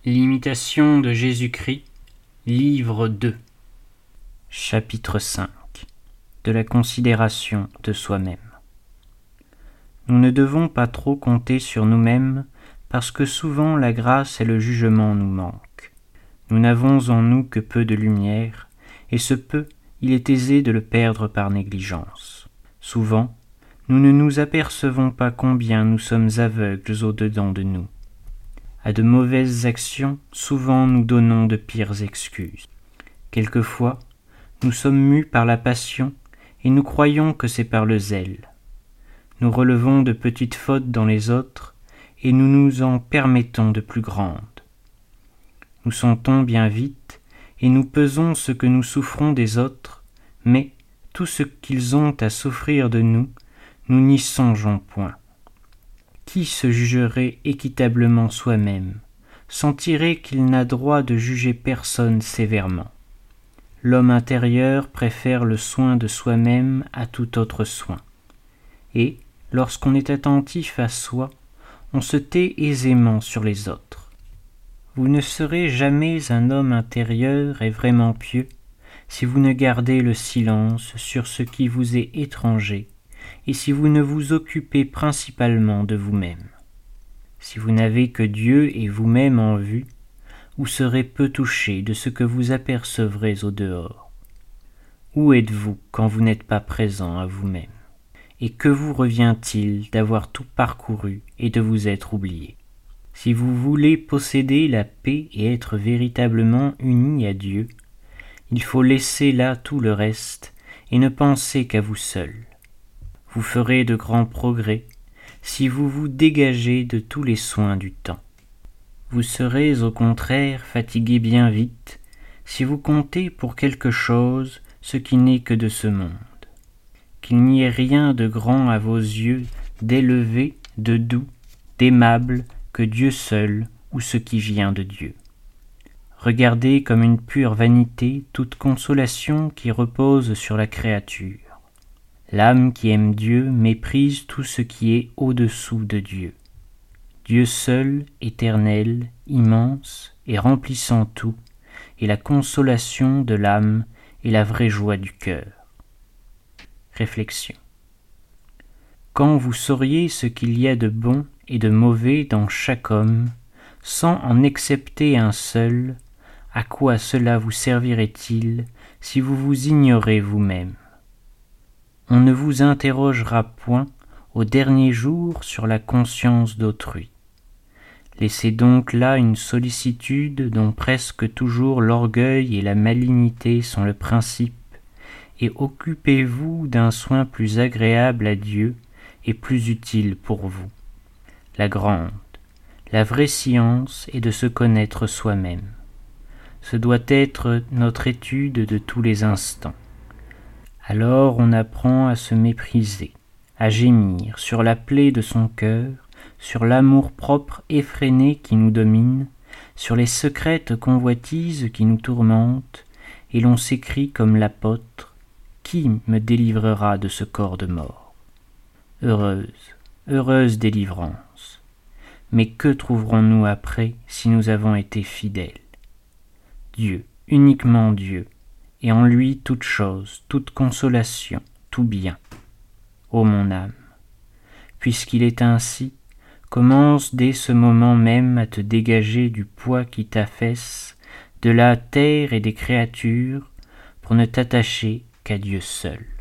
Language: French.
L'imitation de Jésus-Christ, livre 2, chapitre 5, de la considération de soi-même. Nous ne devons pas trop compter sur nous-mêmes, parce que souvent la grâce et le jugement nous manquent. Nous n'avons en nous que peu de lumière, et ce peu, il est aisé de le perdre par négligence. Souvent, nous ne nous apercevons pas combien nous sommes aveugles au-dedans de nous. À de mauvaises actions, souvent nous donnons de pires excuses. Quelquefois, nous sommes mus par la passion et nous croyons que c'est par le zèle. Nous relevons de petites fautes dans les autres et nous nous en permettons de plus grandes. Nous sentons bien vite et nous pesons ce que nous souffrons des autres, mais tout ce qu'ils ont à souffrir de nous, nous n'y songeons point. Qui se jugerait équitablement soi-même, sentirait qu'il n'a droit de juger personne sévèrement. L'homme intérieur préfère le soin de soi-même à tout autre soin. Et, lorsqu'on est attentif à soi, on se tait aisément sur les autres. Vous ne serez jamais un homme intérieur et vraiment pieux si vous ne gardez le silence sur ce qui vous est étranger et si vous ne vous occupez principalement de vous-même. Si vous n'avez que Dieu et vous-même en vue, vous serez peu touché de ce que vous apercevrez au dehors. Où êtes-vous quand vous n'êtes pas présent à vous-même? Et que vous revient-il d'avoir tout parcouru et de vous être oublié? Si vous voulez posséder la paix et être véritablement unis à Dieu, il faut laisser là tout le reste et ne penser qu'à vous seul. Vous ferez de grands progrès si vous vous dégagez de tous les soins du temps. Vous serez au contraire fatigué bien vite si vous comptez pour quelque chose ce qui n'est que de ce monde. Qu'il n'y ait rien de grand à vos yeux, d'élevé, de doux, d'aimable que Dieu seul ou ce qui vient de Dieu. Regardez comme une pure vanité toute consolation qui repose sur la créature. L'âme qui aime Dieu méprise tout ce qui est au-dessous de Dieu. Dieu seul, éternel, immense et remplissant tout, est la consolation de l'âme et la vraie joie du cœur. Réflexion. Quand vous sauriez ce qu'il y a de bon et de mauvais dans chaque homme, sans en excepter un seul, à quoi cela vous servirait-il si vous vous ignorez vous-même? On ne vous interrogera point au dernier jour sur la conscience d'autrui. Laissez donc là une sollicitude dont presque toujours l'orgueil et la malignité sont le principe, et occupez-vous d'un soin plus agréable à Dieu et plus utile pour vous. La grande, la vraie science est de se connaître soi-même. Ce doit être notre étude de tous les instants. Alors on apprend à se mépriser, à gémir sur la plaie de son cœur, sur l'amour-propre effréné qui nous domine, sur les secrètes convoitises qui nous tourmentent, et l'on s'écrie comme l'apôtre « Qui me délivrera de ce corps de mort ?» Heureuse, heureuse délivrance. Mais que trouverons-nous après si nous avons été fidèles? Dieu, uniquement Dieu, et en lui toute chose, toute consolation, tout bien. Ô mon âme, puisqu'il est ainsi, commence dès ce moment même à te dégager du poids qui t'affaisse, de la terre et des créatures, pour ne t'attacher qu'à Dieu seul.